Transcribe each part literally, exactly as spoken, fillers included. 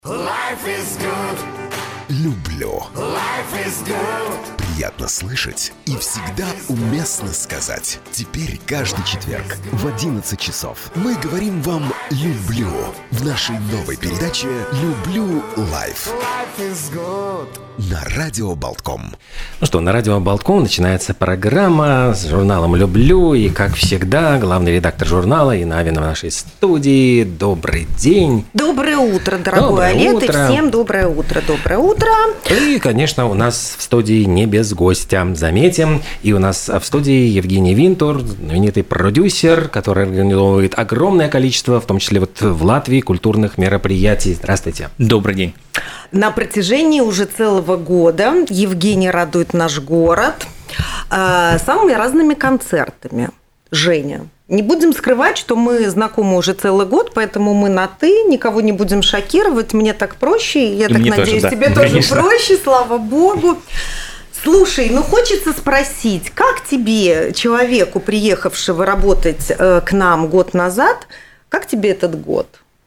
Life is good. Люблю. Life is good. Приятно слышать и всегда уместно сказать. Теперь каждый четверг в одиннадцать часов мы говорим вам «люблю» в нашей новой передаче «Люблю лайф» Life is good. на радио Болтком. Ну что, на радио Болтком начинается программа с журналом «Люблю». И, как всегда, главный редактор журнала Инна Авина в нашей студии. Добрый день. Доброе утро, дорогой Доброе Олег. утро. И всем доброе утро. Доброе утро. И, конечно, у нас в студии не без гостя. Заметим. И у нас в студии Евгений Винтур, знаменитый продюсер, который организовывает огромное количество, в том числе вот в Латвии, культурных мероприятий. Здравствуйте. Добрый день. На протяжении уже целого года Евгений радует наш город э, самыми разными концертами. Женя, не будем скрывать, что мы знакомы уже целый год, поэтому мы на «ты», никого не будем шокировать. Мне так проще, я И так мне надеюсь, тоже, да, тебе тоже конечно. проще, слава богу. Слушай, ну хочется спросить, как тебе, человеку, приехавшего работать э, к нам год назад, как тебе этот год?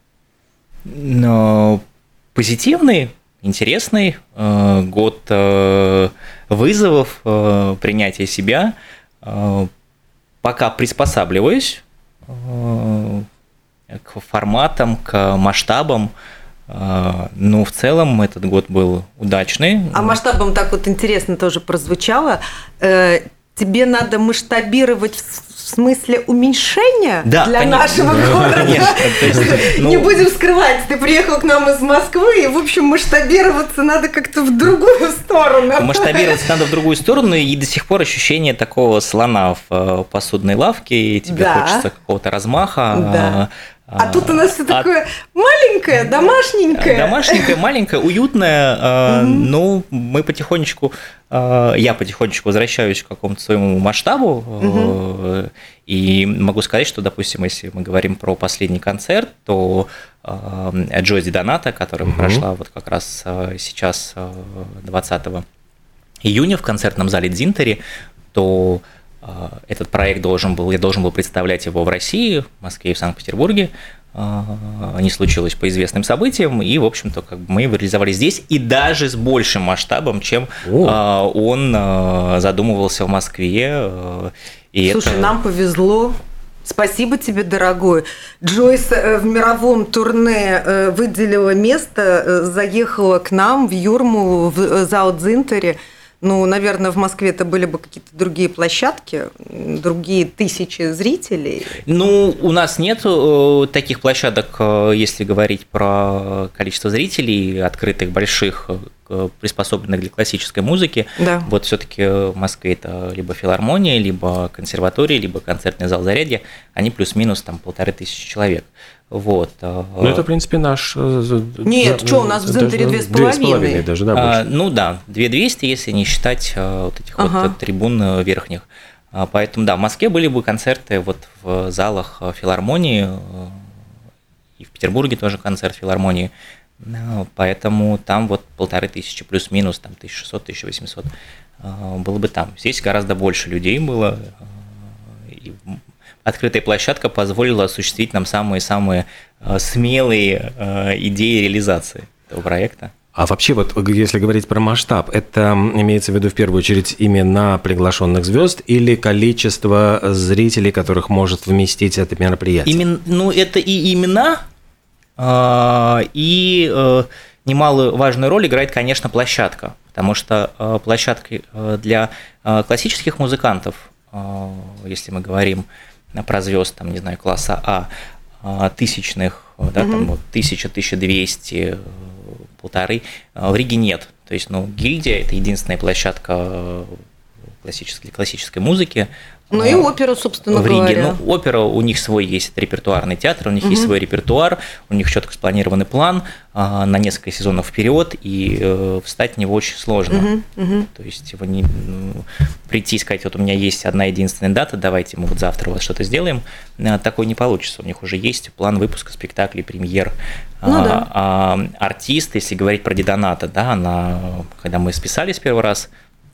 Но позитивный, интересный э, год э, вызовов, э, принятия себя. Э, пока приспосабливаюсь э, к форматам, к масштабам. Э, но в целом этот год был удачный. А масштабом так вот интересно тоже прозвучало. Э, тебе надо масштабировать в в смысле уменьшения Да, для конечно. нашего города? Конечно, то есть, ну- Не будем скрывать, ты приехал к нам из Москвы, и, в общем, масштабироваться надо как-то в другую сторону. Масштабироваться надо в другую сторону, и до сих пор ощущение такого слона в э, посудной лавке, и тебе Да. хочется какого-то размаха. Да. А тут у нас все а- такое маленькое, домашненькое. Домашненькое, маленькое, уютное. э, Ну, мы потихонечку, э, я потихонечку возвращаюсь к какому-то своему масштабу. э, И могу сказать, что, допустим, если мы говорим про последний концерт, то э, Джози Доната, которая Мгм. прошла вот как раз э, сейчас, э, двадцатого июня в концертном зале Дзинтери, то э, этот проект должен был, я должен был представлять его в России, в Москве и в Санкт-Петербурге. Э, Не случилось по известным событиям, и, в общем-то, как бы мы его реализовали здесь, и даже с большим масштабом, чем О. э, он э, задумывался в Москве. э, И Слушай, это... нам повезло. Спасибо тебе, дорогой. Джойс э, в мировом турне э, выделила место, э, заехала к нам в Юрму, в э, зал Дзинтери. Ну, наверное, в Москве это были бы какие-то другие площадки, м, другие тысячи зрителей. Ну, у нас нет э, таких площадок, э, если говорить про количество зрителей, открытых, больших, э, приспособленных для классической музыки. Да. Вот все-таки в Москве это либо филармония, либо консерватория, либо концертный зал «Зарядье». Они плюс-минус там полторы тысячи человек. Вот. э, Ну, это, в принципе, наш... э, Нет, да, чё, у нас в даже, Дзинтере ну, две с половиной. даже, да, А, больше. ну да, две тысячи двести, если не считать э, вот этих Ага. вот трибун э, верхних. А, Поэтому, да, в Москве были бы концерты вот в залах э, филармонии, э, и в Петербурге тоже концерт филармонии. Ну, Поэтому там вот полторы тысячи плюс-минус, там тысяча шестьсот - тысяча восемьсот э, было бы там. Здесь гораздо больше людей было. э, и Открытая площадка позволила осуществить нам самые-самые э, смелые э, идеи реализации этого проекта. А вообще, вот если говорить про масштаб, это имеется в виду в первую очередь имена приглашенных звезд или количество зрителей, которых может вместить это мероприятие? Имен, ну, это и имена, а, и э, немалую важную роль играет, конечно, площадка, потому что э, площадка э, для э, классических музыкантов, э, если мы говорим про звезд, там, не знаю, класса А, э, тысячных, э, да, там вот тысяча, тысяча двести, э, полторы, э, в Риге нет. То есть, ну, гильдия – это единственная площадка э, классической, классической музыки. Ну и опера, собственно в Риге. говоря. Ну, опера, у них свой есть репертуарный театр, у них есть свой репертуар, у них четко спланированный план а, на несколько сезонов вперед, и э, встать в него очень сложно. То есть его не ну, прийти и сказать, вот у меня есть одна единственная дата, давайте мы вот завтра у вас что-то сделаем, а, такое не получится. У них уже есть план выпуска спектаклей, премьер. Ну, а, да. а артист, если говорить про Дидоната, да, она, когда мы списались первый раз,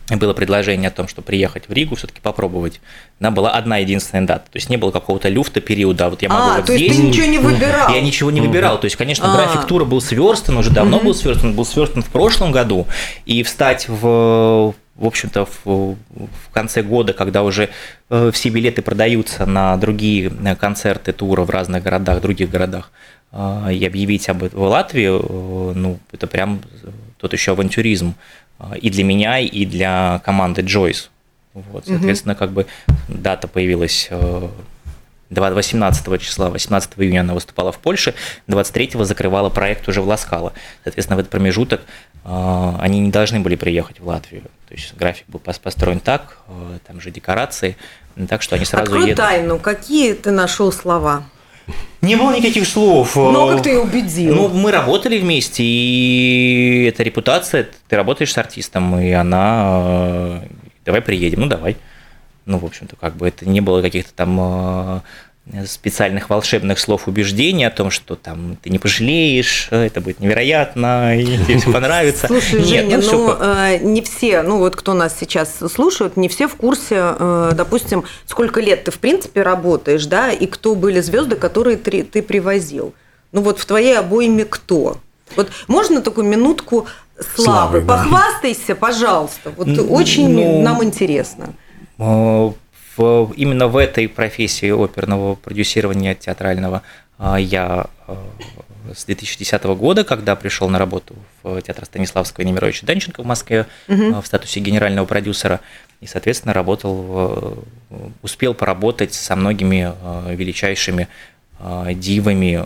было предложение о том, что приехать в Ригу, все-таки попробовать. Она была одна единственная дата. То есть не было какого-то люфта периода, а вот я могу а, вот то здесь. есть ты ничего не выбирал? Я ничего не выбирал. То есть, конечно, А. график тура был сверстан, уже давно был сверстан, был сверстан в прошлом году. И встать в, в общем-то, в, в конце года, когда уже все билеты продаются на другие концерты тура в разных городах, других городах, и объявить об этом в Латвии, ну, это прям тот еще авантюризм. И для меня, и для команды Joyce. Вот, соответственно, как бы дата появилась восемнадцатого числа, восемнадцатого июня она выступала в Польше, двадцать третьего закрывала проект уже в Ласкало. Соответственно, в этот промежуток они не должны были приехать в Латвию. То есть график был построен так, там же декорации, так что они сразу Открой едут. тайну, какие ты нашел слова? Не было никаких слов. Но как ты ее убедил? Ну, мы работали вместе, и это репутация, ты работаешь с артистом, и она, давай приедем, ну давай. Ну, в общем-то, как бы это не было каких-то там специальных волшебных слов убеждения о том, что там ты не пожалеешь, это будет невероятно, и тебе все понравится. Слушай, Нет, Женя, ну, ну, всё... э, не все, ну вот кто нас сейчас слушают, не все в курсе, э, допустим, сколько лет ты в принципе работаешь, да, и кто были звезды, которые ты, ты привозил. Ну вот в твоей обойме кто? Вот можно такую минутку славы? Славы, да. Похвастайся, пожалуйста. Вот Ну, очень ну, нам интересно. В, именно в этой профессии оперного продюсирования театрального я с две тысячи десятого года, когда пришел на работу в театр Станиславского и Немировича Данченко в Москве угу. в статусе генерального продюсера, и, соответственно, работал, успел поработать со многими величайшими дивами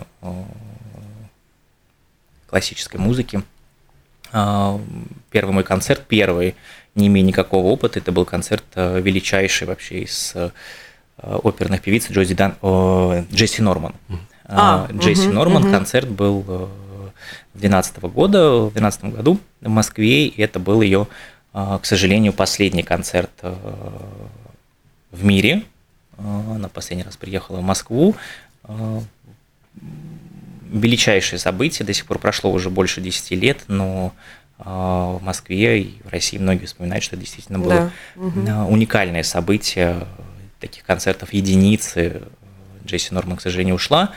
классической музыки. Первый мой концерт, первый, не имея никакого опыта, это был концерт величайший вообще из оперных певиц Джози Дан... Джесси Норман. А, Джесси угу, Норман, угу. Концерт был две тысячи двенадцатого года, в две тысячи двенадцатом году в Москве, и это был ее, к сожалению, последний концерт в мире. Она последний раз приехала в Москву. Величайшее событие, до сих пор прошло уже больше десяти лет, но в Москве и в России многие вспоминают, что это действительно было да. угу. уникальное событие, таких концертов единицы. Джесси Норман, к сожалению, ушла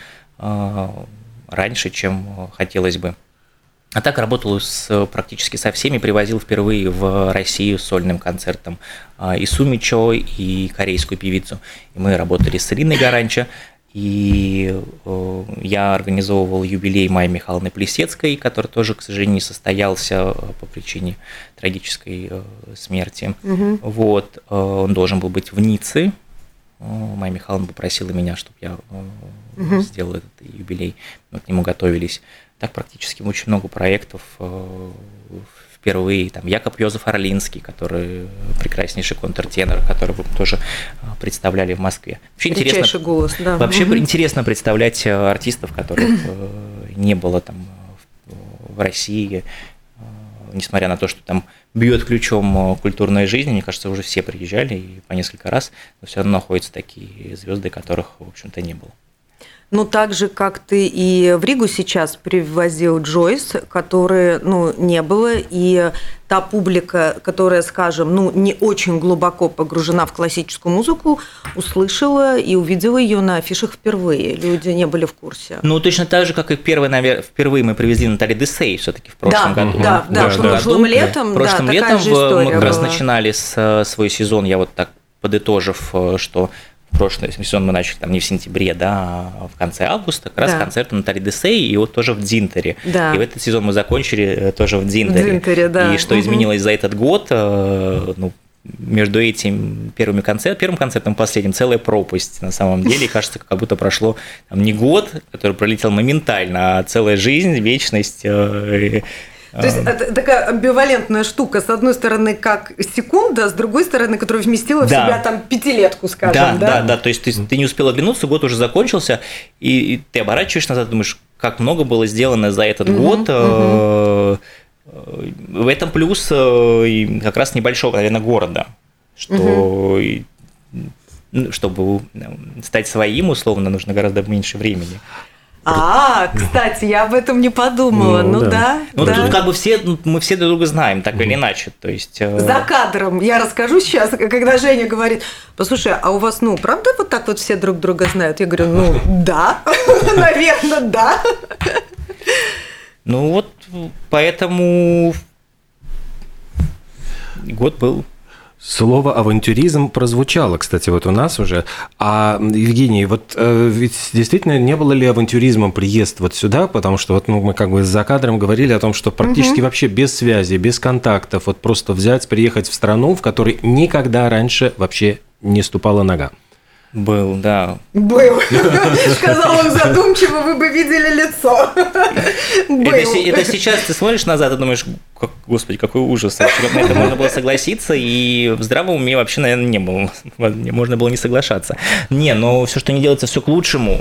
раньше, чем хотелось бы. А так работал с, практически со всеми, привозил впервые в Россию с сольным концертом и Суми Чо, и корейскую певицу. И мы работали с Ириной Гаранчо. И я организовывал юбилей Майи Михайловны Плесецкой, который тоже, к сожалению, не состоялся по причине трагической смерти. Угу. Вот. Он должен был быть в Ницце. Майя Михайловна попросила меня, чтобы я угу. сделал этот юбилей. Мы к нему готовились. Так практически очень много проектов. Впервые там Якоб Йозеф Орлинский, который прекраснейший контртенор, которого мы тоже представляли в Москве. Вообще интересно, голос, да. Вообще угу. интересно представлять артистов, которых не было там в России, несмотря на то, что там бьет ключом культурная жизнь. Мне кажется, уже все приезжали и по несколько раз, но все равно находятся такие звезды, которых, в общем-то, не было. Ну, так же, как ты и в Ригу сейчас привозил Joyce, которой, ну, не было, и та публика, которая, скажем, ну, не очень глубоко погружена в классическую музыку, услышала и увидела ее на афишах впервые. Люди не были в курсе. Ну, точно так же, как и первый, наверное, впервые мы привезли Натали Десей все-таки в прошлом да, году. Да, да, в да, прошлым году. летом, да. Прошлым да, летом такая же история мы как раз была. начинали с, свой сезон, я вот так подытожив, что прошлый сезон мы начали там не в сентябре, да, а в конце августа, как раз да. концерт Натали Десей, и вот тоже в Дзинтере. Да. И в этот сезон мы закончили тоже в Дзинтере. Дзинтере, да. И что угу. изменилось за этот год, ну, между этим первыми концертом, первым концертом и последним целая пропасть на самом деле. Кажется, как будто прошло там, не год, который пролетел моментально, а целая жизнь, вечность. То есть это такая амбивалентная штука. С одной стороны, как секунда, с другой стороны, которая вместила в да. себя там пятилетку, скажем. Да, да, да, да. То есть ты, ты не успел оглянуться, год уже закончился, и, и ты оборачиваешь назад, думаешь, как много было сделано за этот угу, год. Угу. В этом плюс как раз небольшого, наверное, города, что угу. чтобы стать своим, условно, нужно гораздо меньше времени. А, кстати, я об этом не подумала. Ну, Ну, да. да. Ну, да. тут как бы все, ну, мы все друг друга знаем, так или иначе. То есть, э, За кадром я расскажу сейчас, когда Женя говорит: послушай, а у вас, ну, правда вот так вот все друг друга знают? Я говорю: ну, да, наверное, да. ну вот, поэтому год был. Слово авантюризм прозвучало, кстати, вот у нас уже. А, Евгений, вот э, ведь действительно не было ли авантюризмом приезд вот сюда? Потому что вот ну, мы как бы за кадром говорили о том, что практически угу. вообще без связи, без контактов, вот просто взять, приехать в страну, в которой никогда раньше вообще не ступала нога. Был, да. Был. Сказал он задумчиво, вы бы видели лицо. Это, это сейчас ты смотришь назад и думаешь, как, господи, какой ужас. Как на это можно было согласиться, и в здравом уме вообще, наверное, не было. Можно было не соглашаться. Не, но все, что не делается, все к лучшему.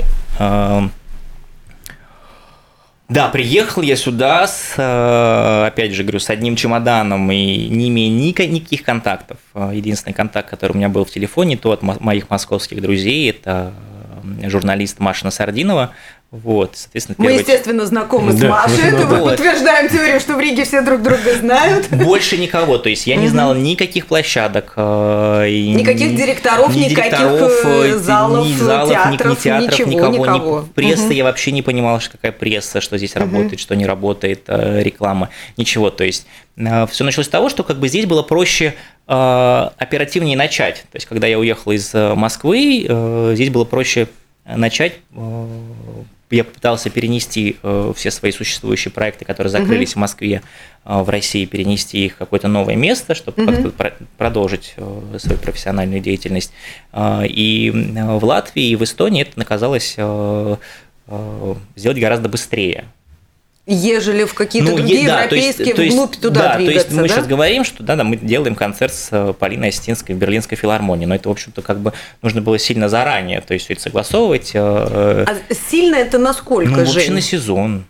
Да, приехал я сюда с, опять же, говорю, с одним чемоданом и не имея никаких контактов. Единственный контакт, который у меня был в телефоне, то от моих московских друзей, это журналист Маша Насардинова. Вот, соответственно, Мы, первый... естественно, знакомы с Да. Машей, это мы Вот. подтверждаем теорию, что в Риге все друг друга знают. Больше никого, то есть я не знала никаких площадок, э, и Никаких ни- директоров, ни никаких, директоров, э, э, залов, ни залов, ни- театров, ни театров, ничего, никого, ни никого. прессы, Мгм. я вообще не понимала, что какая пресса, что здесь работает, что не работает, э, реклама, ничего, то есть все началось с того, что как бы здесь было проще э, оперативнее начать, то есть когда я уехал из э, Москвы, э, здесь было проще начать. э, Я попытался перенести э, все свои существующие проекты, которые закрылись в Москве, э, в России, перенести их в какое-то новое место, чтобы как-то про- продолжить э, свою профессиональную деятельность. Э, и э, в Латвии, и в Эстонии это оказалось э, э, сделать гораздо быстрее. Ежели в какие-то Ну, другие е- да, то есть- европейские, то есть- вглубь туда да, двигаться, то есть мы да? сейчас говорим, что да, да, мы делаем концерт с э, Полиной Остинской в Берлинской филармонии, но это, в общем-то, как бы нужно было сильно заранее, то есть все это согласовывать. э, А сильно это насколько, ну, вообще Жень? на сезон.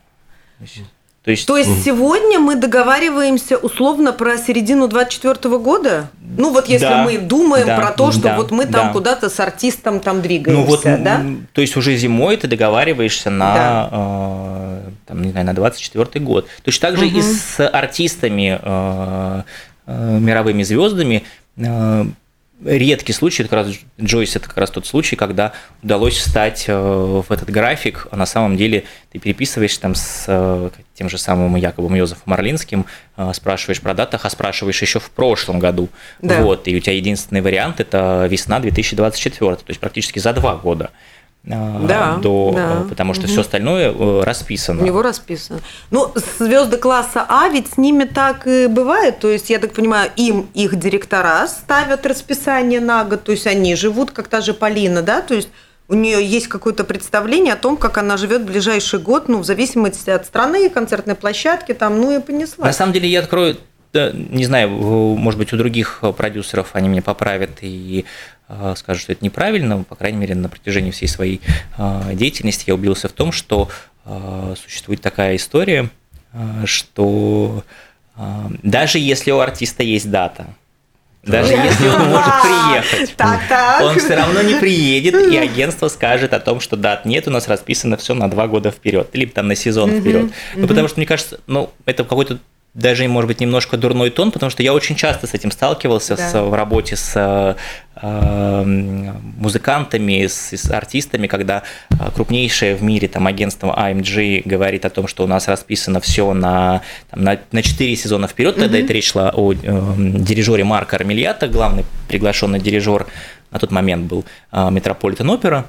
То есть, То есть сегодня мы договариваемся условно про середину двадцать четвёртого года? Ну вот если Да, мы думаем да, про то, что да, вот мы там да. куда-то с артистом там двигаемся, ну вот, да? м, то есть уже зимой ты договариваешься на, э, там, не знаю, на двадцать четвёртый год. Точно так же и с артистами, э, э, мировыми звездами. Э, редкий случай, это как раз Джойс, это как раз тот случай, когда удалось встать э, в этот график, а на самом деле ты переписываешься там с э, тем же самым Якобом Йозефом Орлинским, э, спрашиваешь про датах, а спрашиваешь еще в прошлом году. Да. Вот, и у тебя единственный вариант – это весна две тысячи двадцать четвёртый, то есть практически за два года. э, Да, до, да. э, потому что Мгм. все остальное э, расписано. У него расписано. Ну, звезды класса А ведь с ними так и бывает. То есть, я так понимаю, им их директора ставят расписание на год. То есть, они живут, как та же Полина, да? То есть, у нее есть какое-то представление о том, как она живет в ближайший год, ну, в зависимости от страны, концертной площадки, там, ну и понесла. На самом деле, я открою, да, не знаю, может быть, у других продюсеров они меня поправят и э, скажут, что это неправильно, по крайней мере, на протяжении всей своей э, деятельности я убедился в том, что э, существует такая история, э, что э, даже если у артиста есть дата, даже если он может приехать, Так, так. он все равно не приедет, и агентство скажет о том, что дат нет, у нас расписано все на два года вперед, либо там на сезон вперед. Ну, потому что, мне кажется, ну, это какой-то даже, может быть, немножко дурной тон, потому что я очень часто с этим сталкивался Да. с, в работе с э, музыкантами, с, с артистами, когда крупнейшее в мире там, агентство эй эм джи говорит о том, что у нас расписано все на, там, на, на четыре сезона вперед. Тогда это речь шла о э, дирижере Марко Армельято, главный приглашенный дирижер на тот момент был э, Метрополитен Опера.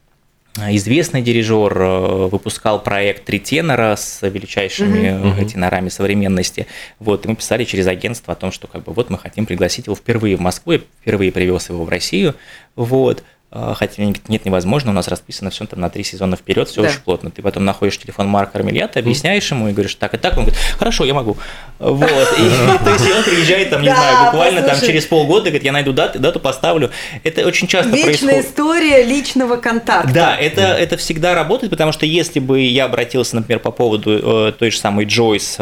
Известный дирижер, выпускал проект «Три тенора» с величайшими mm-hmm. тенорами современности. Вот, и мы писали через агентство о том, что как бы, вот мы хотим пригласить его впервые в Москву, я впервые привез его в Россию. Вот. Хотя они говорят, нет, невозможно, у нас расписано все там на три сезона вперед, все да. очень плотно. Ты потом находишь телефон Марка Армельято, объясняешь ему и говоришь, так и так, он говорит, хорошо, я могу. Вот. И, то есть он приезжает, там, не Да, знаю, буквально там послушай. через полгода, говорит, я найду дату, дату поставлю. Это очень часто Вечная происходит. история личного контакта. Да, это, это всегда работает, потому что если бы я обратился, например, по поводу э, той же самой Джойс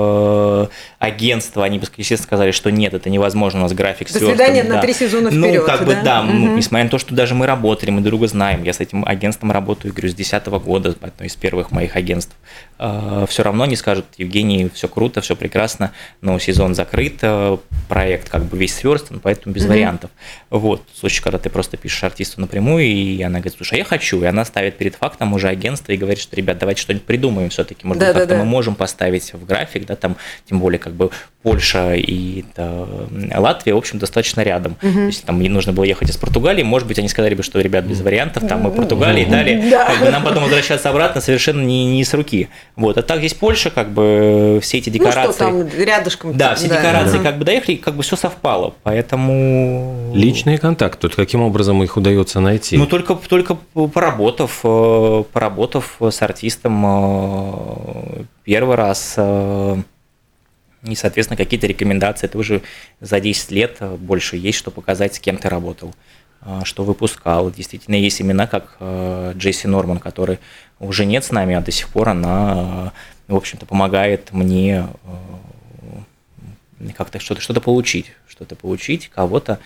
в э, агентство, они бы, естественно, сказали, что нет, это невозможно, у нас график До сверстан, свидания да. на три сезона Ну, вперед. как бы, да, Мгм. несмотря на то, что даже мы мы работали, мы друг друга знаем, я с этим агентством работаю, говорю, с две тысячи десятого года, одно из первых моих агентств, все равно они скажут: Евгений, все круто, все прекрасно, но сезон закрыт, проект как бы весь сверстан, поэтому без mm-hmm. вариантов. Вот, в случае, когда ты просто пишешь артисту напрямую, и она говорит: слушай, а я хочу, и она ставит перед фактом уже агентство и говорит, что, ребят, давайте что-нибудь придумаем все-таки, может быть, как-то да, да. мы можем поставить в график, да, там, тем более, как бы Польша и да, Латвия, в общем, достаточно рядом. Mm-hmm. Если там нужно было ехать из Португалии, может быть, они сказали бы, что, ребят, без вариантов, там мы Португалия, Италия, да. как бы нам потом возвращаться обратно совершенно не, не с руки. Вот. А так здесь Польша, как бы все эти декорации. Ну, что там рядышком. Да, все да. декорации да. как бы доехали, как бы все совпало, поэтому... Личный контакт, тут каким образом их удается найти? Ну, только, только поработав, поработав с артистом первый раз, и, соответственно, какие-то рекомендации, это уже за десять лет больше есть, что показать, с кем ты работал, что выпускал. Действительно, есть имена, как Джесси Норман, который уже нет с нами, а до сих пор она, в общем-то, помогает мне как-то что-то, что-то получить, что-то получить, кого-то,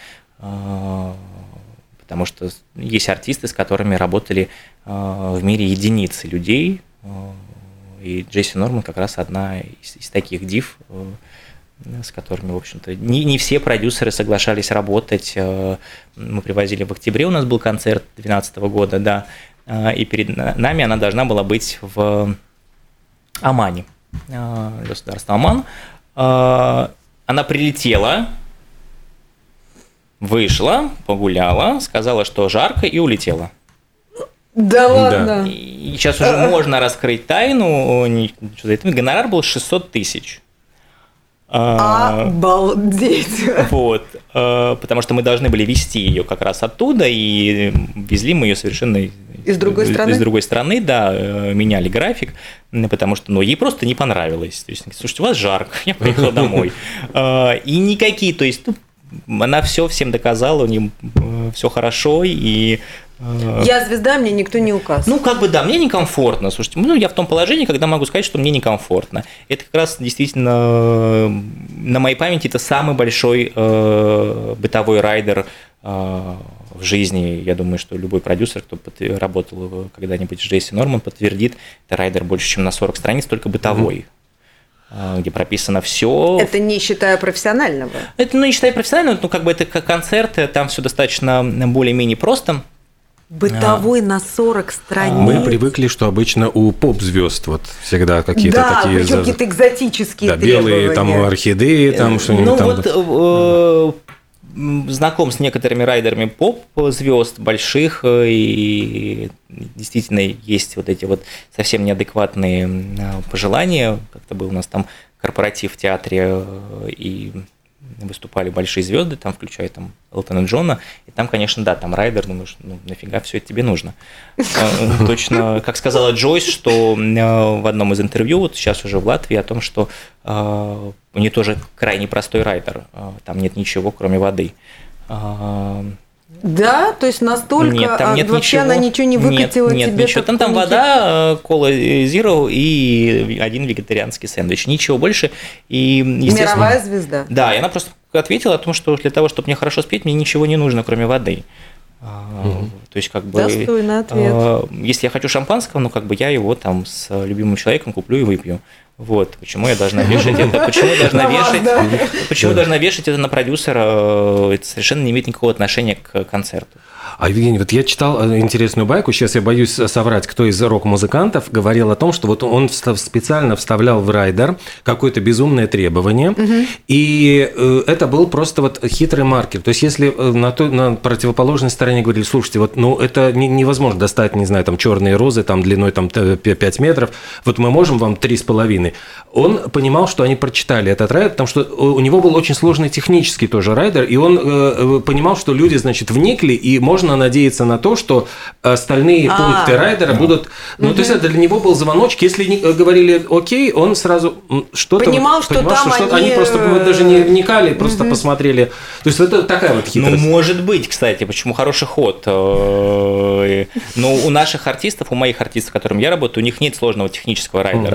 потому что есть артисты, с которыми работали в мире единицы людей, и Джесси Норман как раз одна из, из таких див, с которыми, в общем-то, не, не все продюсеры соглашались работать. Мы привозили в октябре, у нас был концерт две тысячи двенадцатого года, да, и перед нами она должна была быть в Омане, государство Оман. Она прилетела, вышла, погуляла, сказала, что жарко, и улетела. Да ладно. И сейчас уже можно раскрыть тайну. Гонорар был шестьсот тысяч. Обалдеть. Вот. Потому что мы должны были везти ее как раз оттуда, и везли мы ее совершенно из другой страны. Из другой страны, да, меняли график, потому что, ну, ей просто не понравилось. То есть, слушайте, у вас жарко, я поехала домой. И никакие, то есть, она все всем доказала, у нее все хорошо, и я звезда, мне никто не указ. Ну, как бы да, мне некомфортно. Слушайте, ну, я в том положении, когда могу сказать, что мне некомфортно. Это как раз действительно на моей памяти это самый большой э, бытовой райдер э, в жизни. Я думаю, что любой продюсер, кто работал когда-нибудь с Джесси Норман, подтвердит, это райдер больше, чем на сорок страниц, только бытовой. Mm-hmm. Где прописано все. Это не считая профессионального. Это, ну, не считая профессионального, ну, как бы это как концерты, там все достаточно более-менее просто. Бытовой а. на сорок страниц. Мы привыкли, что обычно у поп-звезд вот всегда какие-то да, такие... Да, какие-то экзотические да, требования. Белые там орхидеи, там что-нибудь ну, там. Вот, э, знаком с некоторыми райдерами поп-звезд больших, и действительно есть вот эти вот совсем неадекватные пожелания. Как-то был у нас там корпоратив в театре, и выступали большие звезды, там, включая там Элтона Джона, и там, конечно, да, там райдер, думаешь, ну, нафига все это тебе нужно? Точно, как сказала Джойс, что в одном из интервью, вот сейчас уже в Латвии, о том, что у нее тоже крайне простой райдер, там нет ничего, кроме воды. Да, то есть настолько, нет, там нет вообще ничего, она ничего не выкатила нет, тебе? Нет, ничего, там, там вода, кола зеро и один вегетарианский сэндвич, ничего больше. И, мировая звезда. Да, и она просто ответила о том, что для того, чтобы мне хорошо спеть, мне ничего не нужно, кроме воды. Mm-hmm. То есть, как бы, достойный ответ. Если я хочу шампанского, ну, как бы я его там с любимым человеком куплю и выпью. Вот, почему я должна вешать это, почему я должна вешать, почему должна вешать это на продюсера, это совершенно не имеет никакого отношения к концерту. А, Евгений, вот я читал интересную байку, сейчас я боюсь соврать, кто из рок-музыкантов говорил о том, что вот он специально вставлял в райдер какое-то безумное требование, угу. и это был просто вот хитрый маркер. То есть, если на, той, на противоположной стороне говорили, слушайте, вот, ну, это невозможно достать, не знаю, там, черные розы, там, длиной там, пять метров, вот мы можем вам три с половиной. Он понимал, что они прочитали этот райдер, потому что у него был очень сложный технический тоже райдер, и он э, понимал, что люди, значит, вникли, и можно надеяться на то, что остальные А-а-а. пункты райдера будут... Ну, угу. то есть, это для него был звоночек. Если говорили «окей», он сразу что-то... Понимал, что понимал, там что они... они просто даже не вникали, просто угу. посмотрели. То есть, это такая вот хитрость. Ну, может быть, кстати, почему хороший ход. Но у наших артистов, у моих артистов, с которыми я работаю, у них нет сложного технического райдера. Угу.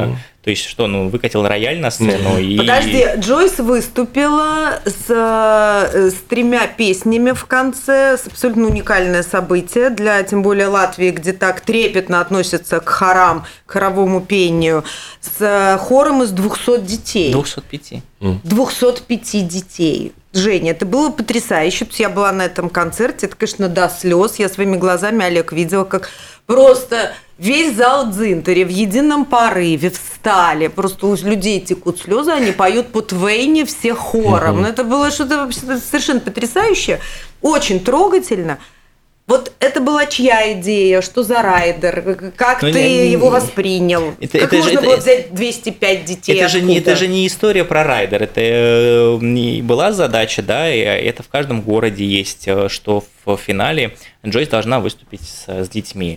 То есть что, ну, выкатил рояль на сцену и... Подожди, Джойс выступила с, с тремя песнями в конце, с абсолютно уникальное событие для, тем более, Латвии, где так трепетно относятся к хорам, к хоровому пению, с хором из двухсот детей. двухсот пяти. двухсот пяти детей. Женя, это было потрясающе. Я была на этом концерте, это, конечно, до слез. Я своими глазами, Олег, видела, как просто весь зал Дзинтари в едином порыве встали. Просто у людей текут слезы, они поют по Твейне все хором. Но это было что-то вообще совершенно потрясающее, очень трогательно. Вот это была чья идея? Что за райдер? Как ну, ты не, его воспринял? Это, как это можно же, было это, взять двести пять детей? Это же, не, это же не история про райдер. Это не была задача, да, и это в каждом городе есть, что в финале Джойс должна выступить с, с детьми.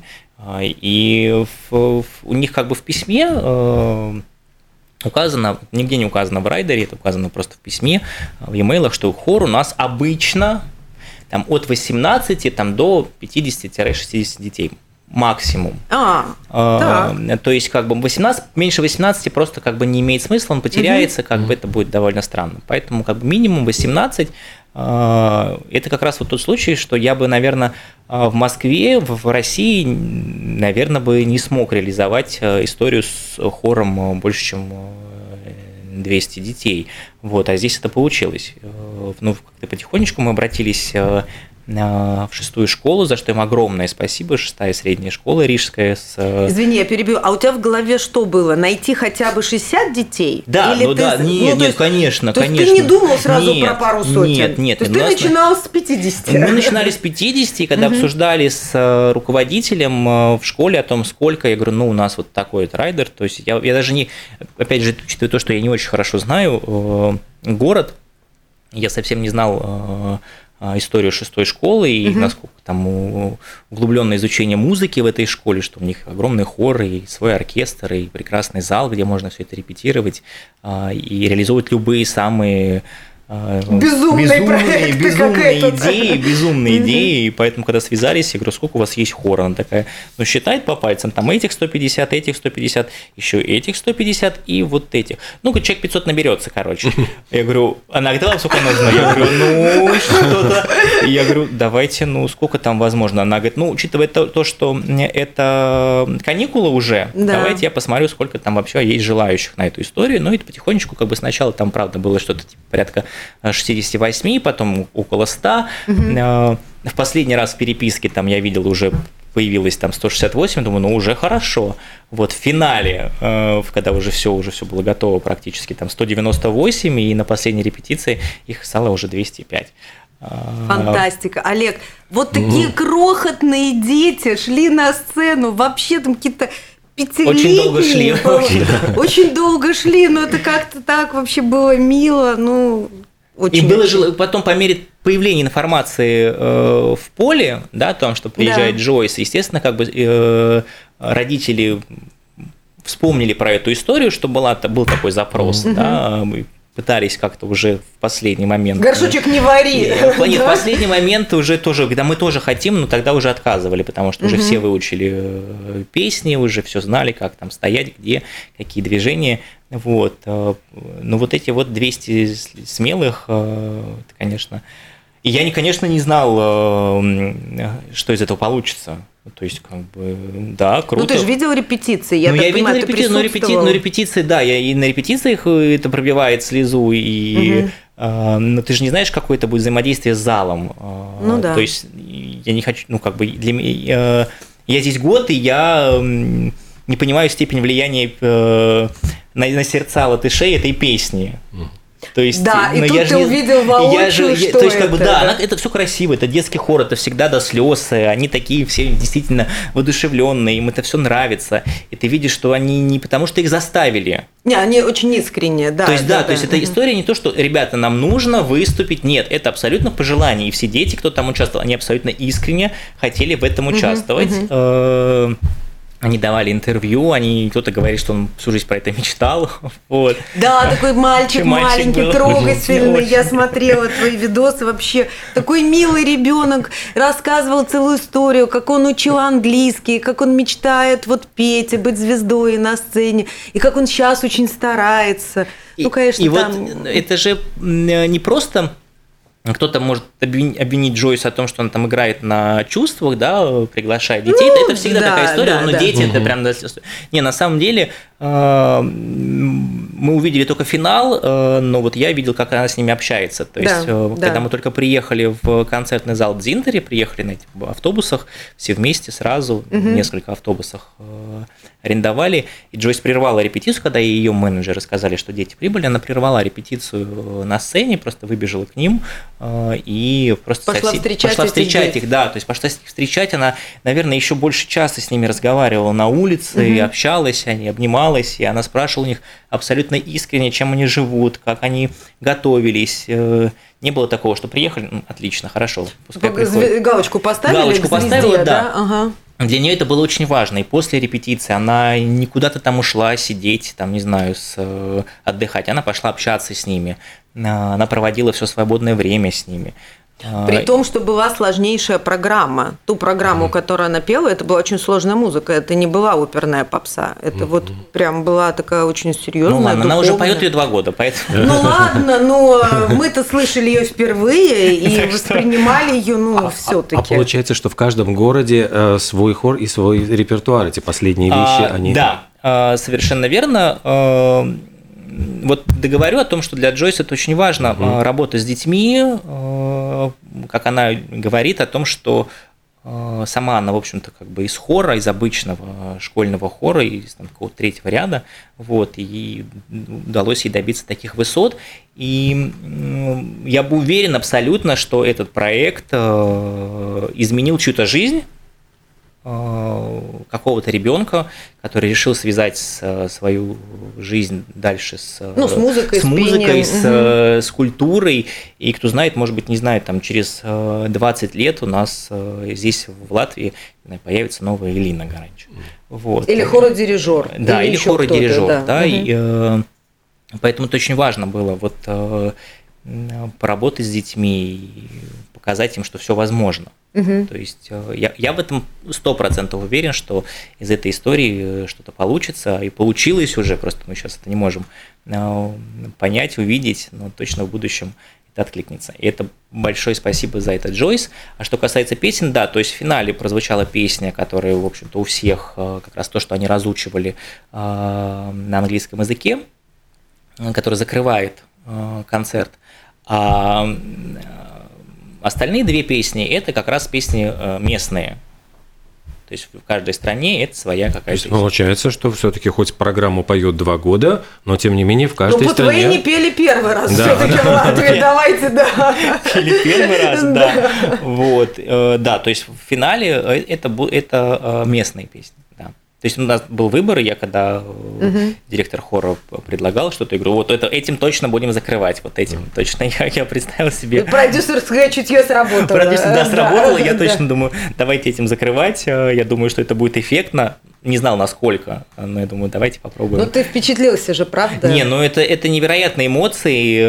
И в, у них как бы в письме указано, нигде не указано в райдере, это указано просто в письме, в e-mail, что хор у нас обычно там, от восемнадцати там, до пятидесяти-шестидесяти детей максимум. А, а, да. То есть, как бы восемнадцать, меньше восемнадцати просто как бы не имеет смысла, он потеряется, угу. как бы это будет довольно странно. Поэтому как бы минимум восемнадцать. Это как раз вот тот случай, что я бы, наверное, в Москве, в России, наверное, бы не смог реализовать историю с хором больше, чем двести детей. Вот, а здесь это получилось. Ну, как-то потихонечку мы обратились в шестую школу, за что им огромное спасибо, шестая средняя школа рижская. С... Извини, я перебью, а у тебя в голове что было? Найти хотя бы шестьдесят детей? Да, Или ну ты... да, нет, ну, нет, есть, конечно, то конечно. Есть ты не думал сразу нет, про пару сотен? Нет, нет. То есть ты нас... начинал с пятидесяти? Мы начинали с пятидесяти, и когда обсуждали с руководителем в школе о том, сколько, я говорю, ну, у нас вот такой вот райдер, то есть я, я даже не, опять же, учитывая то, что я не очень хорошо знаю город, я совсем не знал историю шестой школы и uh-huh. насколько там углубленное изучение музыки в этой школе, что у них огромный хор и свой оркестр и прекрасный зал, где можно все это репетировать и реализовывать любые самые безумные, безумные, безумные идеи, безумные идеи, и поэтому, когда связались, я говорю, сколько у вас есть хора? Она такая, ну, считает по пальцам, там этих сто пятьдесят, этих сто пятьдесят, еще этих сто пятьдесят и вот этих. Ну-ка, человек пятьсот наберется, короче. Я говорю, она говорит, сколько нужно? Я говорю, ну, что-то. Я говорю, давайте, ну, сколько там возможно? Она говорит, ну, учитывая то, то что это каникулы уже, да. давайте я посмотрю, сколько там вообще есть желающих на эту историю. Ну, и потихонечку, как бы сначала там, правда, было что-то типа порядка шестьдесят восемь, потом около ста. Угу. В последний раз в переписке там я видел уже появилось там сто шестьдесят восемь, думаю, ну уже хорошо. Вот в финале, когда уже все уже все было готово практически, там сто девяносто восемь, и на последней репетиции их стало уже двести пять. Фантастика. Олег, вот такие mm. крохотные дети шли на сцену, вообще там какие-то пятилетние. Очень долго шли. Очень долго шли, но это как-то так вообще было мило, ну... Очень и было же потом по мере появления информации э, в поле, да, о том, что приезжает да. Джойс, естественно, как бы э, родители вспомнили про эту историю, что была, был такой запрос, mm-hmm. да, мы пытались как-то уже в последний момент. Горшочек не вари. Нет, в последний момент уже тоже, когда мы тоже хотим, но тогда уже отказывали, потому что уже все выучили песни, уже все знали, как там стоять, где, какие движения. Вот. Но вот эти вот двести смелых, это, конечно... И я, конечно, не знал, что из этого получится. То есть, как бы, да, круто. Ну, ты же видел репетиции, я ну, так я понимаю, видел ты репетиции, но, репети... но репетиции, да, я и на репетициях это пробивает слезу, и угу. э, но ты же не знаешь, какое это будет взаимодействие с залом. Ну, да. То есть, я не хочу, ну, как бы, для меня... Э, я здесь год, и я э, не понимаю степень влияния э, на, на сердца латышей этой песни. То есть, да, и но тут я ты же, увидел воочию, я же, что то есть, как бы, это. Да, она, это все красиво, это детский хор, это всегда до слез, они такие все действительно воодушевленные, им это все нравится. И ты видишь, что они не потому, что их заставили. Не, они очень искренние, да. То есть, да, да, то да. есть, это история не то, что, ребята, нам нужно выступить. Нет, это абсолютно по желанию. И все дети, кто там участвовал, они абсолютно искренне хотели в этом участвовать. Они давали интервью, они, кто-то говорит, что он всю жизнь про это мечтал. Вот. Да, такой мальчик, Мальчик маленький, был. трогательный. Очень. Я смотрела твои видосы, вообще такой милый ребенок, рассказывал целую историю, как он учил английский, как он мечтает вот петь и быть звездой на сцене, и как он сейчас очень старается. И, ну, конечно, и там... вот это же не просто... Кто-то может обвинить Джойс о том, что он там играет на чувствах, да, приглашает детей. Ну, это всегда да, такая история, да, но да. дети Угу. это прям... Не, на самом деле мы увидели только финал, но вот я видел, как она с ними общается. То есть, Да, когда да. мы только приехали в концертный зал Дзинтери, приехали на этих автобусах, все вместе сразу, Угу. несколько автобусах арендовали, и Джойс прервала репетицию, когда ее менеджеры сказали, что дети прибыли, она прервала репетицию на сцене, просто выбежала к ним и просто Пошла соси- встречать пошла этих встречать детей. их, да, то есть пошла их встречать, она, наверное, еще больше часа с ними разговаривала на улице, Мгм. и общалась, они обнималась, и она спрашивала у них абсолютно искренне, чем они живут, как они готовились. Э, Не было такого, что приехали, ну, отлично, хорошо, пускай приходят. Зве- Галочку поставили Галочку к звезде, поставила, да. Ага. Для нее это было очень важно. И после репетиции она не куда-то там ушла сидеть, там, не знаю, с, э, отдыхать. Она пошла общаться с ними. А, Она проводила все свободное время с ними. А, При том, что была сложнейшая программа. Ту программу, которую она пела, это была очень сложная музыка. Это не была оперная попса. Это вот прям была такая очень серьезная. Ну ладно, она уже духовная. поет ее два года, поэтому. Ну ладно, но мы-то слышали ее впервые и воспринимали ее, ну, А все-таки. получается, что в каждом городе э, свой хор и свой репертуар. Эти последние вещи, А, они... Да, а, совершенно верно. А, Вот договорю о том, что для Джойс это очень важно, а, работа с детьми, а, как она говорит о том, что а, сама она, в общем-то, как бы из хора, из обычного школьного хора, из там, какого-то третьего ряда, вот, и удалось ей добиться таких высот. И м, я бы уверен абсолютно, что этот проект а, изменил чью-то жизнь, какого-то ребенка, который решил связать с- свою жизнь дальше с, Ну, с музыкой, с, с музыкой, пением. с, э, с культурой. И кто знает, может быть, не знает, там через э, двадцать лет у нас э, здесь, в Латвии, не знаю, появится новая Элина Гаранч. Вот. Или хородирижер. Да, или, еще хородирижер, кто-то, да. Мгм. И, э, поэтому это очень важно было вот э, поработать с детьми и показать им, что все возможно. Мгм. То есть э, я, я в этом сто процентов уверен, что из этой истории э, что-то получится, и получилось уже, просто мы сейчас это не можем э, понять, увидеть, но точно в будущем это откликнется. И это большое спасибо за это, Джойс. А что касается песен, да, то есть в финале прозвучала песня, которая, в общем-то, у всех, э, как раз то, что они разучивали э, на английском языке, э, которая закрывает э, концерт. А э, остальные две песни – это как раз песни э, местные. То есть в каждой стране это своя То есть какая-то... получается, что все-таки хоть программу поет два года, но тем не менее в Ну, каждой вот вы стране... не пели первый раз Да, все-таки в Латвии, давайте, да. Или первый раз, да. Вот, э, да, то есть в финале э, это, бу- это э, местные песни, да. То есть у нас был выбор, и я когда э, директор хора предлагал что-то, я говорю, вот это, этим точно будем закрывать, вот этим точно я, я представил себе. Продюсерское чутье сработало. Продюсер, да, сработало, я да. точно думаю, давайте этим закрывать, э, я думаю, что это будет эффектно, не знал насколько, но я думаю, давайте попробуем. Ну, ты впечатлился же, правда? Не, ну это, это невероятные эмоции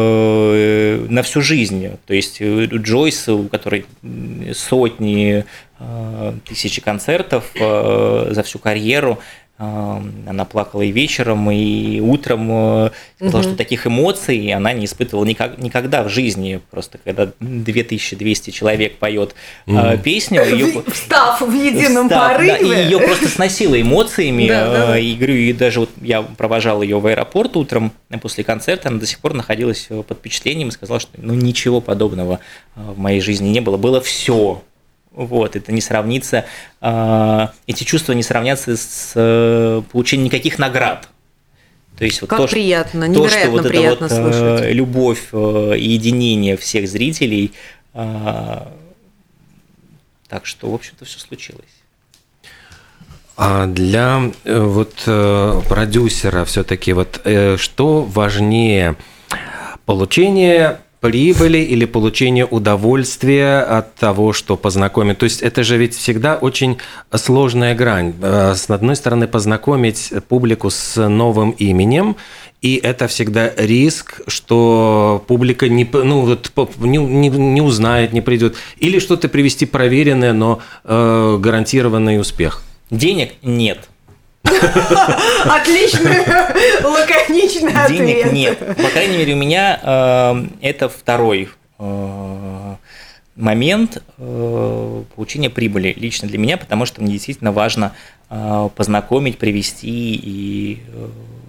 э, на всю жизнь. То есть э, Джойс, у которой сотни, э, тысячи концертов э, за всю карьеру, э, она плакала и вечером, и утром, э, сказала, что таких эмоций она не испытывала никак, никогда в жизни. Просто когда две тысячи двести человек поет э, песню, ее... Встав в едином Встав, да, порыве. и ее просто сносило эмоциями. Да, да, да. э, И говорю, и даже вот я провожал ее в аэропорт утром после концерта, она до сих пор находилась под впечатлением и сказала, что ну ничего подобного э, в моей жизни не было. Было все. Вот, это не сравнится, э, эти чувства не сравнятся с э, получением никаких наград. То есть вот Как то, что- приятно, то, невероятно что вот приятно это вот, э, слышать. любовь э, и единение всех зрителей. э, Так что, в общем-то, все случилось. А для э, вот э, продюсера все-таки вот э, что важнее: получение прибыли или получения удовольствия от того, что познакомить. То есть это же ведь всегда очень сложная грань. С одной стороны, познакомить публику с новым именем, и это всегда риск, что публика не, ну, вот, не, не, не узнает, не придет. Или что-то привести проверенное, но э, гарантированный успех. Денег нет. Отличный, лаконичный ответ. Денег нет. По крайней мере, у меня э, это второй э, момент э, получения прибыли лично для меня, потому что мне действительно важно э, познакомить, привести и э,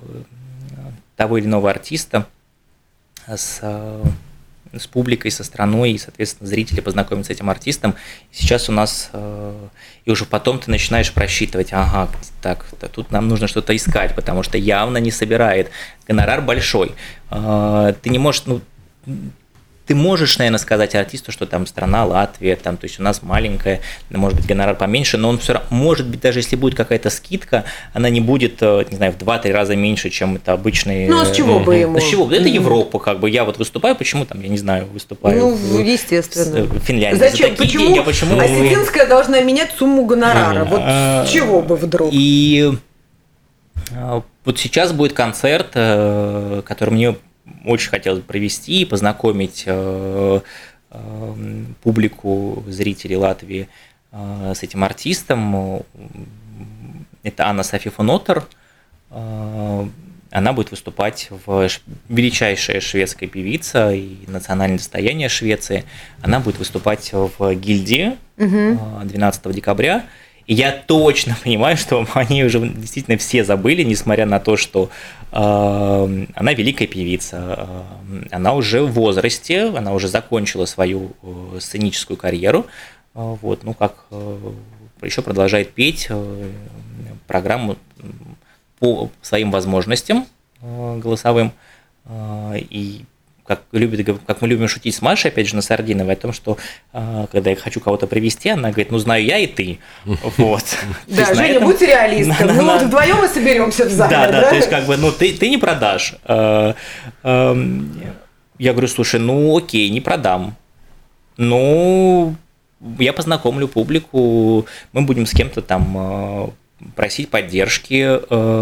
того или иного артиста с, с публикой, со страной, и, соответственно, зрители познакомятся с этим артистом. Сейчас у нас, и уже потом ты начинаешь просчитывать, ага, так, тут нам нужно что-то искать, потому что явно не собирает. Гонорар большой. Ты не можешь, ну, ты можешь, наверное, сказать артисту, что там страна Латвия, там, то есть у нас маленькая, может быть, гонорар поменьше, но он все равно, может быть, даже если будет какая-то скидка, она не будет, не знаю, в два-три раза меньше, чем это обычные. Ну, а с чего бы ему? Ну, с чего? Это Европа, как бы. Я вот выступаю, почему там, я не знаю, выступаю ну, в, естественно. в Финляндии. Зачем? За такие почему? деньги, а почему? Осетинская должна менять сумму гонорара. Вот с чего бы вдруг? И вот сейчас будет концерт, который мне очень хотелось бы провести и познакомить э, э, публику, зрителей Латвии э, с этим артистом. Это Анна Софи фон Оттер. Э, она будет выступать в величайшая шведская певица и национальное достояние Швеции. Она будет выступать в гильдии двенадцатого декабря. И я точно понимаю, что они уже действительно все забыли, несмотря на то, что э, она великая певица, э, она уже в возрасте, она уже закончила свою э, сценическую карьеру, э, вот, ну как э, еще продолжает петь э, программу по своим возможностям э, голосовым, э, и как, любит, как мы любим шутить с Машей, опять же, на Сардиновой, о том, что э, когда я хочу кого-то привести, она говорит, ну, знаю я и ты. Вот. Да, Женя, будь реалистом. Ну, вот вдвоем мы соберемся в зале. Да, да, то есть, как бы, ну, ты не продашь. Я говорю, слушай, ну, окей, не продам. Ну, я познакомлю публику, мы будем с кем-то там просить поддержки.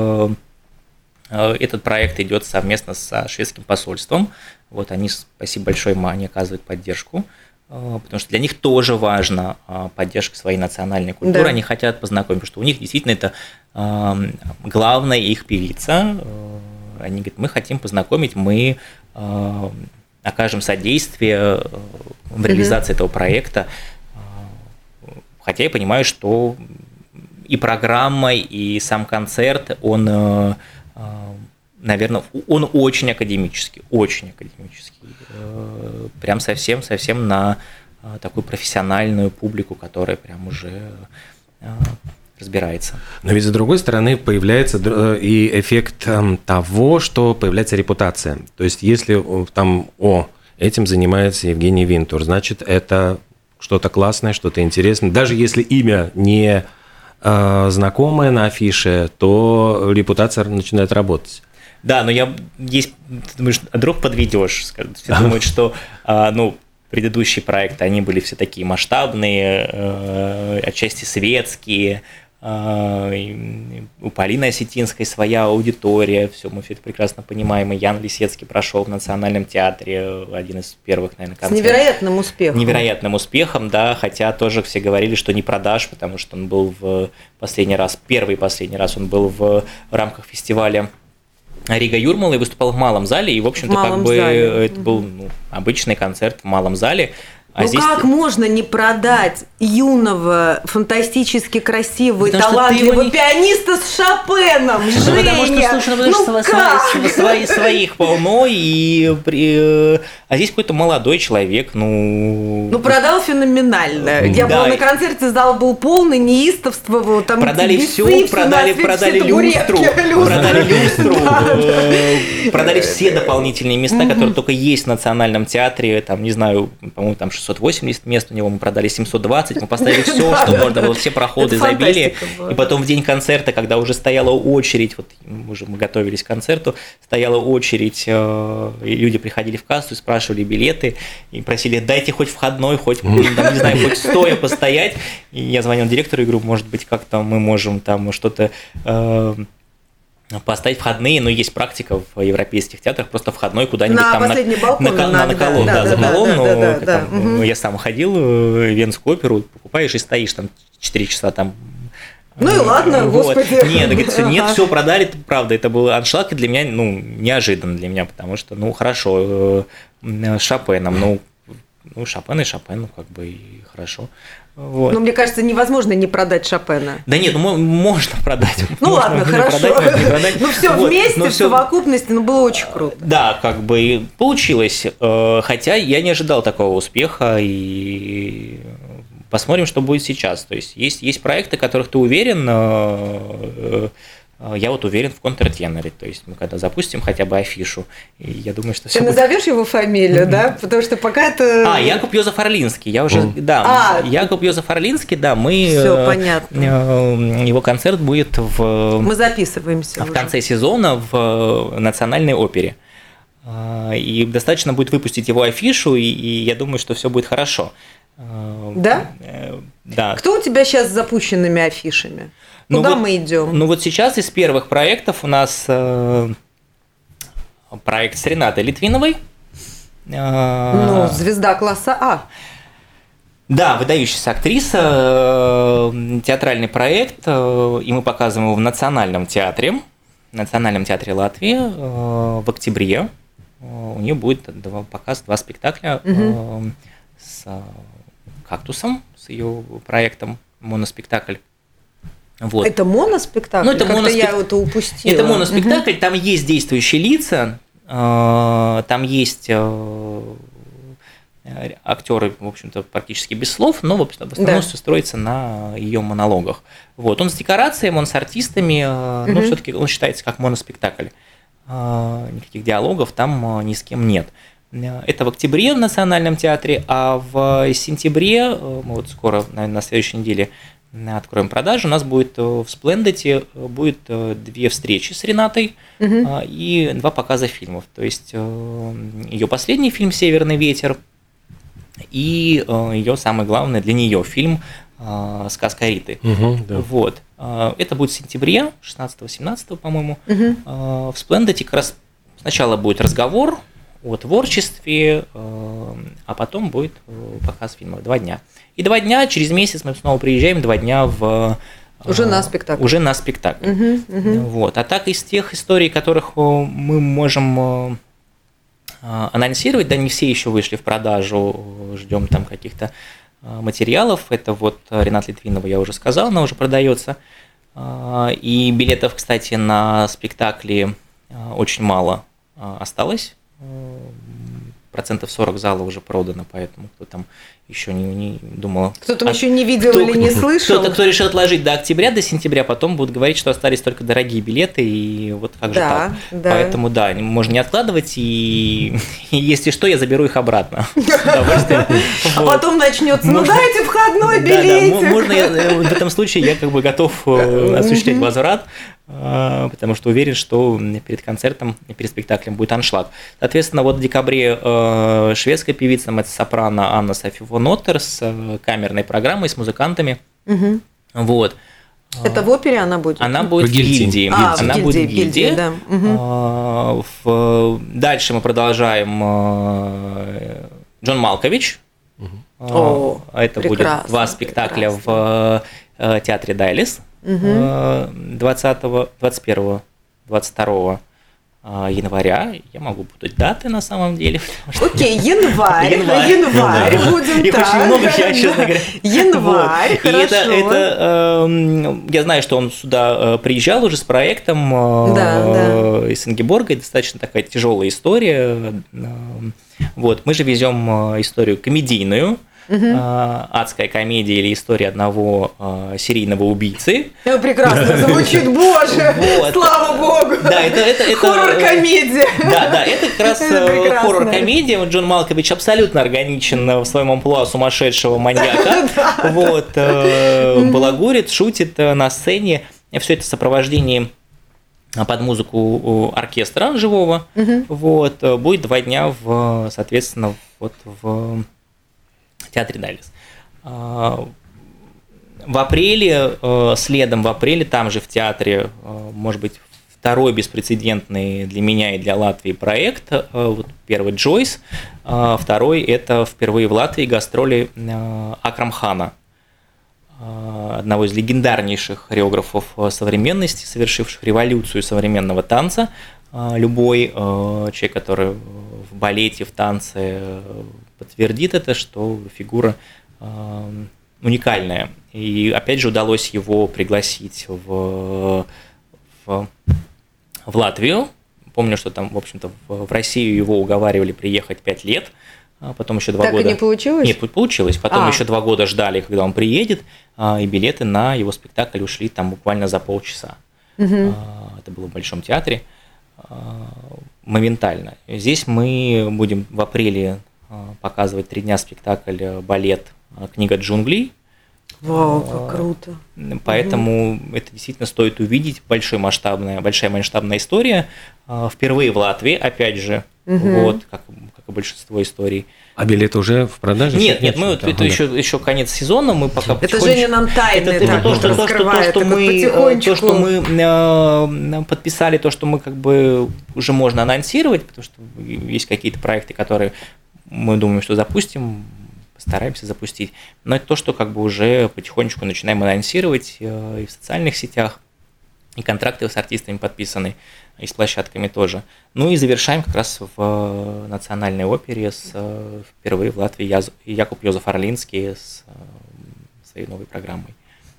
Этот проект идет совместно со шведским посольством. Вот они, спасибо большое, они оказывают поддержку, потому что для них тоже важна поддержка своей национальной культуры. Да. Они хотят познакомить, потому что у них действительно это главная их певица. Они говорят, мы хотим познакомить, мы окажем содействие в реализации mm-hmm. этого проекта. Хотя я понимаю, что и программа, и сам концерт, он... наверное, он очень академический, очень академический, прям совсем-совсем на такую профессиональную публику, которая прям уже разбирается. Но ведь с другой стороны появляется и эффект того, что появляется репутация. То есть если там, о, этим занимается Евгений Винтур, значит, это что-то классное, что-то интересное. Даже если имя не знакомое на афише, то репутация начинает работать. Да, но я есть, ты думаешь, вдруг подведешь, все думают, что ну, предыдущие проекты, они были все такие масштабные, отчасти светские, у Полины Осетинской своя аудитория, все, мы все это прекрасно понимаем, и Ян Лисецкий прошел в Национальном театре, один из первых, наверное, концертов. С невероятным успехом. Невероятным успехом, да, хотя тоже все говорили, что не продашь, потому что он был в последний раз, первый и последний раз он был в рамках фестиваля Рига Юрмала и выступал в малом зале, и, в общем-то, в как бы зале. Это был ну, обычный концерт в малом зале. А ну здесь... как можно не продать юного, фантастически красивого и талантливого не... пианиста с Шопеном? Ну, Женя! Потому что, слушай, ну, потому ну, что свои, своих полно, и, и, а здесь какой-то молодой человек, ну... Ну, продал феноменально. Я да. была на концерте, зал был полный, неистовствовал, там продали все, все продали, продали люстру, продали люстру, продали все дополнительные места, которые только есть в Национальном театре, там, не знаю, по-моему, там шестьсот восемьдесят мест, у него мы продали семьсот двадцать, мы поставили все, что можно было, все проходы забили. И потом в день концерта, когда уже стояла очередь, вот уже мы готовились к концерту, стояла очередь, и люди приходили в кассу и спрашивали билеты, и просили, дайте хоть входной, хоть, там, не знаю, хоть стоя постоять. И я звонил директору и говорю, может быть, как-то мы можем там что-то поставить входные, но есть практика в европейских театрах, просто входной куда-нибудь на там последний на, балкон, на, на, на колонн, да, да, да, за колонну. Да, да, да, там, да. Угу. Я сам ходил в Венскую оперу, покупаешь и стоишь там четыре часа там. Ну и ладно, вот. Господи. Нет, говорит, нет, все продали, правда, это был аншлаг, и для меня, ну, неожиданно для меня, потому что, ну, хорошо, с Шопеном, ну, ну, Шопен и Шопен, ну, как бы и хорошо. Вот. Ну, мне кажется, невозможно не продать Шопена. Да нет, ну можно продать. Ну можно, ладно, можно хорошо. Продать, можно продать. Ну все вот. вместе, но в все... совокупности, ну было очень круто. Да, как бы получилось. Хотя я не ожидал такого успеха, и посмотрим, что будет сейчас. То есть есть, есть проекты, в которых ты уверен. Я вот уверен в контртеноре, то есть мы когда запустим хотя бы афишу, и я думаю, что ты все. Ты назовешь его фамилию, да? Потому что пока это. А, Якуб Йозеф Орлинский, я уже, mm. да, а, Якуб Йозеф Орлинский, да, мы. Все понятно. Его концерт будет в. Мы записываемся. В уже. конце сезона в Национальной опере, и достаточно будет выпустить его афишу, и, и я думаю, что все будет хорошо. Да? Да. Кто у тебя сейчас с запущенными афишами? Куда ну, мы идем? Ну вот сейчас из первых проектов у нас э, проект с Ренатой Литвиновой. Э, ну, звезда класса А. Да, выдающаяся актриса, э, театральный проект, э, и мы показываем его в Национальном театре, в Национальном театре Латвии э, в октябре. Э, у нее будет два, показ, два спектакля э, угу. с э, «Кактусом», с ее проектом, моноспектакль. Вот. Это моноспектакль? Ну, это Как-то моноспек... я это упустила. Это моноспектакль, угу. Там есть действующие лица, там есть актеры, в общем-то, практически без слов, но в основном да. все строится на ее монологах. Вот. Он с декорациями, он с артистами, угу. но все-таки он считается как моноспектакль. Никаких диалогов там ни с кем нет. Это в октябре в Национальном театре, а в сентябре, мы вот скоро, наверное, на следующей неделе откроем продажу, у нас будет в Сплендите будет две встречи с Ренатой угу. и два показа фильмов. То есть ее последний фильм «Северный ветер» и ее самый главный для нее фильм «Сказка Риты». Угу, да. Вот. Это будет в сентябре, шестнадцатого-семнадцатого, по-моему. Угу. В Сплендите как раз сначала будет разговор о творчестве, а потом будет показ фильма. Два дня. И два дня, через месяц мы снова приезжаем, два дня в... Уже на спектакль. Уже на спектакль. Угу, угу. Вот. А так из тех историй, которых мы можем анонсировать, да, не все еще вышли в продажу, ждем там каких-то материалов. Это вот Рената Литвинова, я уже сказал, она уже продается. И билетов, кстати, на спектакли очень мало осталось. Процентов сорок зала уже продано, поэтому кто там еще не, не думал. Кто там а еще не видел кто, или не слышал. Кто-то, кто решил отложить до октября, до сентября, потом будут говорить, что остались только дорогие билеты, и вот как же да, так. Да. Поэтому да, можно не откладывать, и, и если что, я заберу их обратно. А потом начнется, ну дайте входной билет. Можно в этом случае я как бы готов осуществлять возврат, потому что уверен, что перед концертом, перед спектаклем будет аншлаг. Соответственно, вот в декабре шведская певица меццо-сопрано Анна Софи фон Оттер с камерной программой, с музыкантами. Угу. Вот. Это в опере она будет? Она будет в гильдии. А, она в гильдии, будет в гильдии. гильдии да. угу. Дальше мы продолжаем Джон Малкович. Угу. О, это будет два спектакля прекрасно. В театре Дайлис. Угу. двадцатого, двадцать первого, двадцать второго января. Я могу путать даты на самом деле. Окей, январь. Январь, январь будем их так. очень много сейчас, честно говоря. Январь, вот. Хорошо. И это, это э, я знаю, что он сюда приезжал уже с проектом э, да, да. из Ингеборга. Достаточно такая тяжелая история. Вот. Мы же везем историю комедийную. угу. «Адская комедия» или «История одного серийного убийцы». Это прекрасно звучит, боже, вот. Слава богу. Да, это, это, это хоррор-комедия. Да, да, это как раз это хоррор-комедия. Джон Малкович абсолютно органичен в своем амплуа сумасшедшего маньяка. Вот, балагурит, шутит на сцене. Все это в сопровождении под музыку оркестра живого. Угу. Вот, будет два дня, в, соответственно, вот в театре Даллес. В апреле, следом в апреле, там же в театре, может быть, второй беспрецедентный для меня и для Латвии проект. Вот первый «Джойс», второй – это впервые в Латвии гастроли Акрам Хана, одного из легендарнейших хореографов современности, совершивших революцию современного танца. Любой человек, который в балете, в танце подтвердит это, что фигура уникальная. И опять же удалось его пригласить в, в, в Латвию. Помню, что там, в общем-то, в Россию его уговаривали приехать пять лет. Потом еще два так года. Так и не получилось? Нет, получилось. Потом а. еще два года ждали, когда он приедет, и билеты на его спектакль ушли там буквально за полчаса. Угу. Это было в Большом театре. Моментально. Здесь мы будем в апреле показывать три дня спектакль балет «Книга джунглей». Вау, как круто. Поэтому угу. это действительно стоит увидеть. Большой масштабная, большая масштабная история. Впервые в Латвии, опять же, угу. вот, как, как и большинство историй. А билеты уже в продаже? Нет, нет, мы, это, это еще, еще конец сезона, мы пока это Женя нам тайны это, это то, что, то, что, то, что мы, то, что мы э, подписали, то, что мы как бы уже можно анонсировать, потому что есть какие-то проекты, которые мы думаем, что запустим, стараемся запустить. Но это то, что как бы уже потихонечку начинаем анонсировать и в социальных сетях, и контракты с артистами подписаны, и с площадками тоже. Ну и завершаем как раз в Национальной опере с впервые в Латвии Яз... Якуб Йозеф Орлинский с своей новой программой.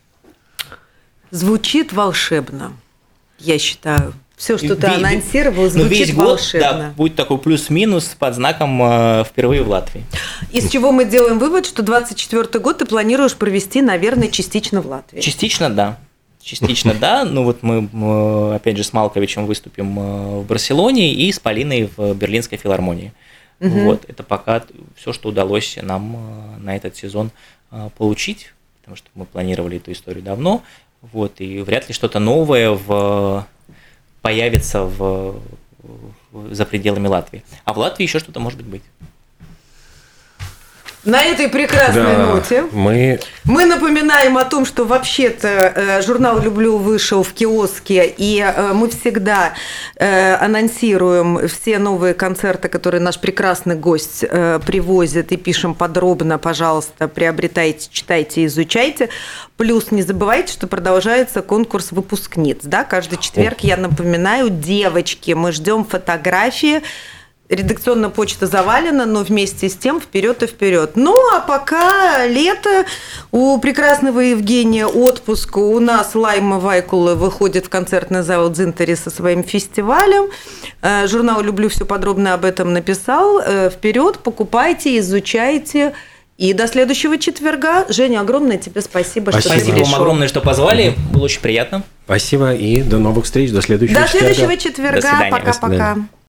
Звучит волшебно, я считаю. Все, что ты Ви... анонсировал, звучит весь волшебно. Год, да, будет такой плюс-минус под знаком э, «впервые в Латвии». Из чего мы делаем вывод, что двадцать четвёртый год ты планируешь провести, наверное, частично в Латвии. Частично, да. Частично, да. Ну вот мы, опять же, с Малковичем выступим в Барселоне и с Полиной в Берлинской филармонии. Угу. Вот, это пока все, что удалось нам на этот сезон получить, потому что мы планировали эту историю давно. Вот, и вряд ли что-то новое в... появится в... В... за пределами Латвии. А в Латвии еще что-то может быть. На этой прекрасной да, ноте мы... мы напоминаем о том, что вообще-то журнал «Люблю» вышел в киоске, и мы всегда анонсируем все новые концерты, которые наш прекрасный гость привозит, и пишем подробно, пожалуйста, приобретайте, читайте, изучайте. Плюс не забывайте, что продолжается конкурс выпускниц. Да? Каждый четверг, я напоминаю, девочки, мы ждем фотографии. Редакционная почта завалена, но вместе с тем вперед и вперед. Ну, а пока лето, у прекрасного Евгения отпуск, у нас Лайма Вайкула выходит в концертный зал Дзинтари со своим фестивалем. Журнал «Люблю» все подробно об этом написал. Вперед, покупайте, изучайте. И до следующего четверга. Женя, огромное тебе спасибо, спасибо. что ты Спасибо пришел. вам огромное, что позвали. Было очень приятно. Спасибо и до новых встреч, до следующего до четверга. До следующего четверга. Пока-пока.